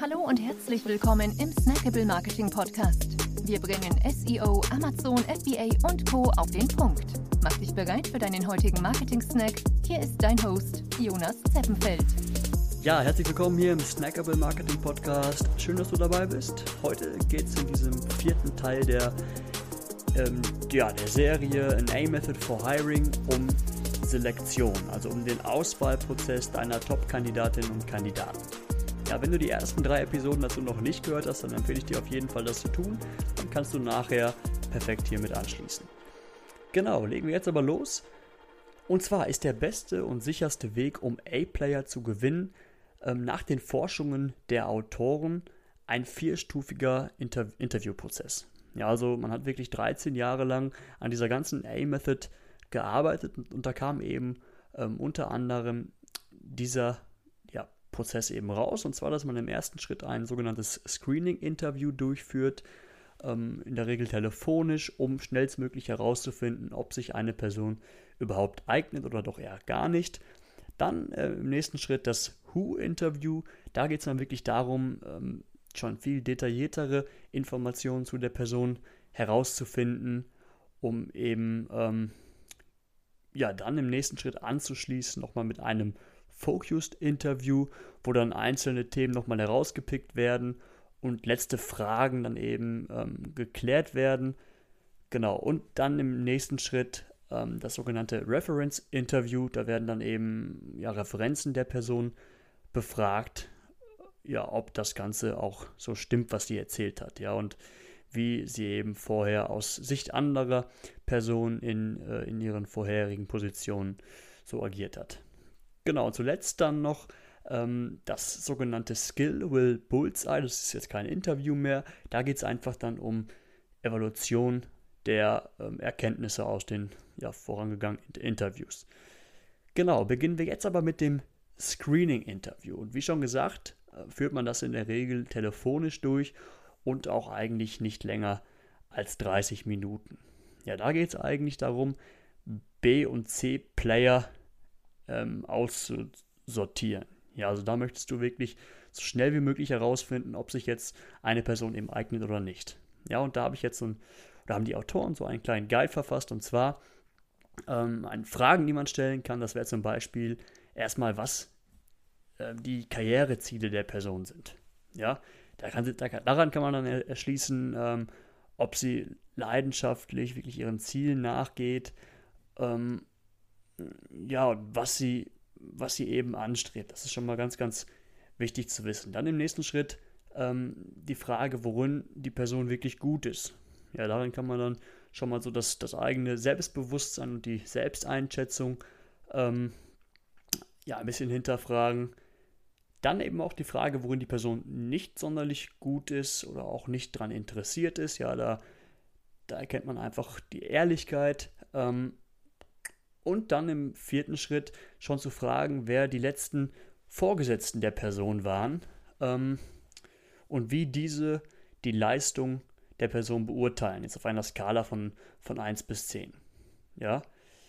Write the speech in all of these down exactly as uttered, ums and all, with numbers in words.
Hallo und herzlich willkommen im Snackable Marketing Podcast. Wir bringen S E O, Amazon, F B A und Co. auf den Punkt. Mach dich bereit für deinen heutigen Marketing-Snack. Hier ist dein Host, Jonas Zeppenfeld. Ja, herzlich willkommen hier im Snackable Marketing Podcast. Schön, dass du dabei bist. Heute geht es in diesem vierten Teil der, ähm, ja, der Serie An A-Method for Hiring um Selektion, also um den Auswahlprozess deiner Top-Kandidatinnen und Kandidaten. Ja, wenn du die ersten drei Episoden dazu noch nicht gehört hast, dann empfehle ich dir auf jeden Fall, das zu tun. Dann kannst du nachher perfekt hiermit anschließen. Genau, legen wir jetzt aber los. Und zwar ist der beste und sicherste Weg, um A-Player zu gewinnen, ähm, nach den Forschungen der Autoren ein vierstufiger Inter- Interviewprozess. Ja, also man hat wirklich dreizehn Jahre lang an dieser ganzen A-Method gearbeitet und, und da kam eben ähm, unter anderem dieser ja, Prozess eben raus. Und zwar, dass man im ersten Schritt ein sogenanntes Screening-Interview durchführt, ähm, in der Regel telefonisch, um schnellstmöglich herauszufinden, ob sich eine Person überhaupt eignet oder doch eher gar nicht. Dann äh, im nächsten Schritt das Who-Interview. Da geht es dann wirklich darum, ähm, schon viel detailliertere Informationen zu der Person herauszufinden, um eben ähm, ja dann im nächsten Schritt anzuschließen, nochmal mit einem Focused-Interview, wo dann einzelne Themen nochmal herausgepickt werden und letzte Fragen dann eben ähm, geklärt werden. Genau, und dann im nächsten Schritt ähm, das sogenannte Reference-Interview. Da werden dann eben ja, Referenzen der Person befragt, ja, ob das Ganze auch so stimmt, was sie erzählt hat, ja, und wie sie eben vorher aus Sicht anderer Personen in, äh, in ihren vorherigen Positionen so agiert hat. Genau, und zuletzt dann noch ähm, das sogenannte Skill Will Bullseye. Das ist jetzt kein Interview mehr. Da geht es einfach dann um Evaluation der ähm, Erkenntnisse aus den ja, vorangegangenen Interviews. Genau, beginnen wir jetzt aber mit dem Screening-Interview. Und wie schon gesagt, äh, führt man das in der Regel telefonisch durch und auch eigentlich nicht länger als dreißig Minuten. Ja, da geht es eigentlich darum, B- und C-Player ähm, auszusortieren. Ja, also da möchtest du wirklich so schnell wie möglich herausfinden, ob sich jetzt eine Person eben eignet oder nicht. Ja, und da habe ich jetzt so ein, oder haben die Autoren so einen kleinen Guide verfasst, und zwar ähm, ein Fragen, die man stellen kann. Das wäre zum Beispiel erstmal, was äh, die Karriereziele der Person sind. Ja, da kann, da, daran kann man dann erschließen, ähm, ob sie leidenschaftlich wirklich ihren Zielen nachgeht, ähm, ja, und was sie, was sie eben anstrebt. Das ist schon mal ganz, ganz wichtig zu wissen. Dann im nächsten Schritt ähm, die Frage, worin die Person wirklich gut ist. Ja, darin kann man dann schon mal so das, das eigene Selbstbewusstsein und die Selbsteinschätzung ähm, ja, ein bisschen hinterfragen. Dann eben auch die Frage, worin die Person nicht sonderlich gut ist oder auch nicht daran interessiert ist. Ja, da, da erkennt man einfach die Ehrlichkeit. Ähm, und dann im vierten Schritt schon zu fragen, wer die letzten Vorgesetzten der Person waren ähm, und wie diese die Leistung der Person beurteilen. Jetzt auf einer Skala von, von eins bis zehn. Ja,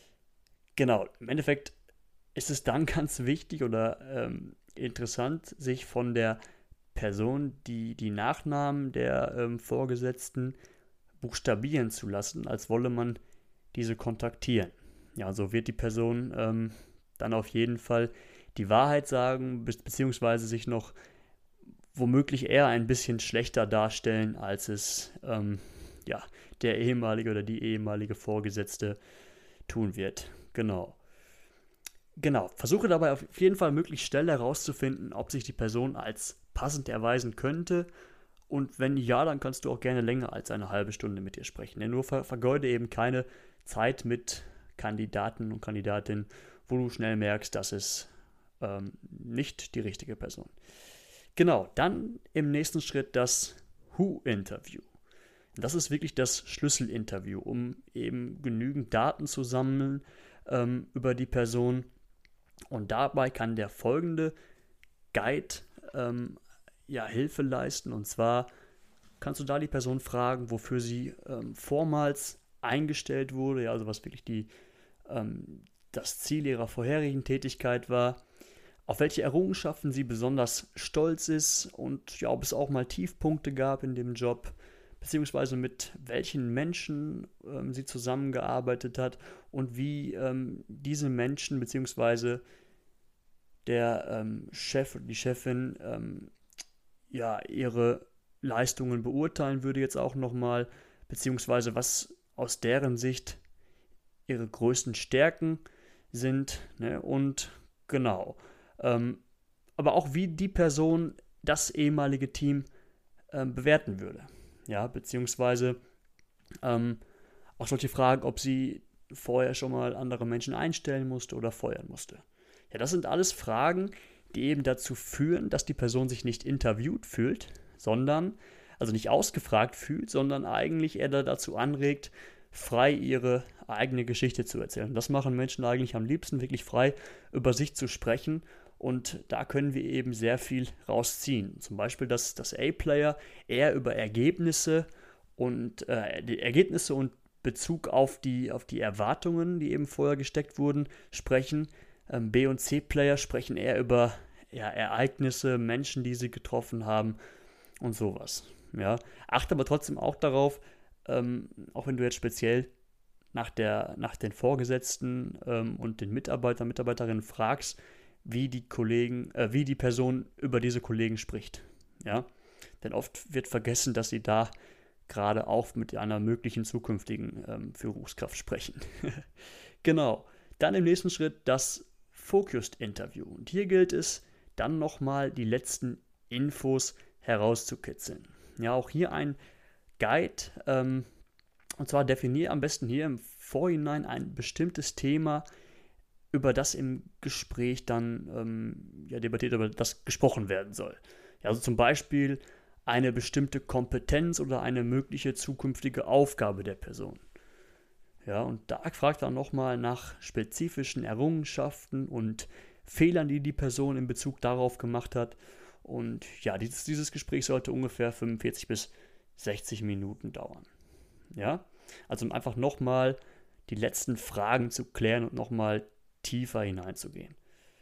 genau. Im Endeffekt ist es dann ganz wichtig oder ähm, interessant, sich von der Person die, die Nachnamen der ähm, Vorgesetzten buchstabieren zu lassen, als wolle man diese kontaktieren. Ja, so wird die Person ähm, dann auf jeden Fall die Wahrheit sagen, be- beziehungsweise sich noch womöglich eher ein bisschen schlechter darstellen, als es ähm, ja, der ehemalige oder die ehemalige Vorgesetzte tun wird. Genau. Genau, versuche dabei auf jeden Fall möglichst schnell herauszufinden, ob sich die Person als passend erweisen könnte, und wenn ja, dann kannst du auch gerne länger als eine halbe Stunde mit ihr sprechen. Denn nur ver- vergeude eben keine Zeit mit Kandidaten und Kandidatinnen, wo du schnell merkst, das ist ähm, nicht die richtige Person. Genau, dann im nächsten Schritt das Who-Interview. Das ist wirklich das Schlüsselinterview, um eben genügend Daten zu sammeln ähm, über die Person. Und dabei kann der folgende Guide ähm, ja, Hilfe leisten. Und zwar kannst du da die Person fragen, wofür sie ähm, vormals eingestellt wurde, ja, also was wirklich die, ähm, das Ziel ihrer vorherigen Tätigkeit war, auf welche Errungenschaften sie besonders stolz ist und ja, ob es auch mal Tiefpunkte gab in dem Job, beziehungsweise mit welchen Menschen ähm, sie zusammengearbeitet hat und wie ähm, diese Menschen, beziehungsweise der ähm, Chef oder die Chefin ähm, ja, ihre Leistungen beurteilen würde jetzt auch nochmal, beziehungsweise was aus deren Sicht ihre größten Stärken sind, ne? Und genau, ähm, aber auch wie die Person das ehemalige Team ähm, bewerten würde, ja, beziehungsweise ähm, auch solche Fragen, ob sie vorher schon mal andere Menschen einstellen musste oder feuern musste. Ja, das sind alles Fragen, die eben dazu führen, dass die Person sich nicht interviewt fühlt, sondern, also nicht ausgefragt fühlt, sondern eigentlich eher dazu anregt, frei ihre eigene Geschichte zu erzählen. Das machen Menschen eigentlich am liebsten, wirklich frei über sich zu sprechen, und da können wir eben sehr viel rausziehen. Zum Beispiel, dass das A-Player eher über Ergebnisse und äh, die Ergebnisse und Bezug auf die, auf die Erwartungen, die eben vorher gesteckt wurden, sprechen. Ähm, B- und C-Player sprechen eher über ja, Ereignisse, Menschen, die sie getroffen haben und sowas. Ja. Achte aber trotzdem auch darauf, ähm, auch wenn du jetzt speziell nach, der, nach den Vorgesetzten ähm, und den Mitarbeitern, Mitarbeiterinnen fragst, wie die Kollegen, äh, wie die Person über diese Kollegen spricht. Ja? Denn oft wird vergessen, dass sie da gerade auch mit einer möglichen zukünftigen ähm, Führungskraft sprechen. Genau. Dann im nächsten Schritt das Focused Interview. Und hier gilt es, dann nochmal die letzten Infos herauszukitzeln. Ja, auch hier ein Guide, ähm, und zwar definiere am besten hier im Vorhinein ein bestimmtes Thema, über das im Gespräch dann ähm, ja, debattiert, über das gesprochen werden soll. Ja, also zum Beispiel eine bestimmte Kompetenz oder eine mögliche zukünftige Aufgabe der Person. Ja, und da fragt er nochmal nach spezifischen Errungenschaften und Fehlern, die die Person in Bezug darauf gemacht hat. Und ja, dieses, dieses Gespräch sollte ungefähr fünfundvierzig bis sechzig Minuten dauern. Ja, also um einfach nochmal die letzten Fragen zu klären und nochmal tiefer hineinzugehen.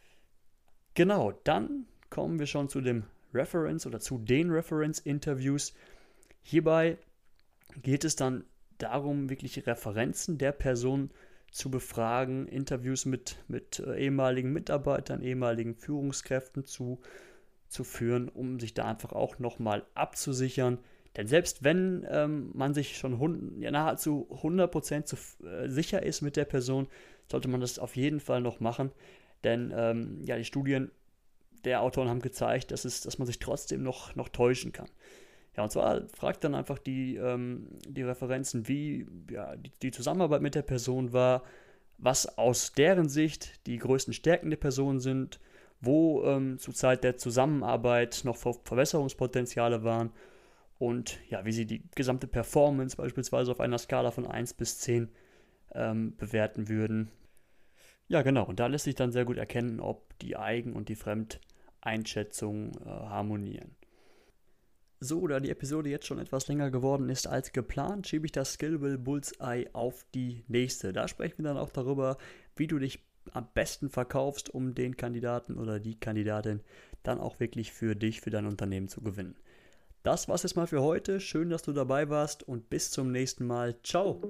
Genau, dann kommen wir schon zu dem Reference oder zu den Reference-Interviews. Hierbei geht es dann darum, wirklich Referenzen der Person zu befragen, Interviews mit, mit äh, ehemaligen Mitarbeitern, ehemaligen Führungskräften zu, zu führen, um sich da einfach auch nochmal abzusichern. Denn selbst wenn ähm, man sich schon hund- ja, nahezu hundert Prozent zu, äh, sicher ist mit der Person, sollte man das auf jeden Fall noch machen. Denn ähm, ja, die Studien der Autoren haben gezeigt, dass, es, dass man sich trotzdem noch, noch täuschen kann. Ja, und zwar fragt dann einfach die, ähm, die Referenzen, wie ja, die, die Zusammenarbeit mit der Person war, was aus deren Sicht die größten Stärken der Person sind, wo ähm, zur Zeit der Zusammenarbeit noch Ver- Verbesserungspotenziale waren und ja, wie sie die gesamte Performance beispielsweise auf einer Skala von eins bis zehn ähm, bewerten würden. Ja, genau, und da lässt sich dann sehr gut erkennen, ob die Eigen- und die Fremdeinschätzung äh, harmonieren. So, da die Episode jetzt schon etwas länger geworden ist als geplant, schiebe ich das Skillable Bullseye auf die nächste. Da sprechen wir dann auch darüber, wie du dich am besten verkaufst, um den Kandidaten oder die Kandidatin dann auch wirklich für dich, für dein Unternehmen zu gewinnen. Das war's jetzt mal für heute. Schön, dass du dabei warst und bis zum nächsten Mal. Ciao!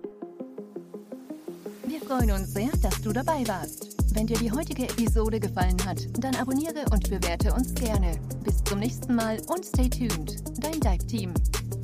Wir freuen uns sehr, dass du dabei warst. Wenn dir die heutige Episode gefallen hat, dann abonniere und bewerte uns gerne. Bis zum nächsten Mal und stay tuned. Dein Dive Team.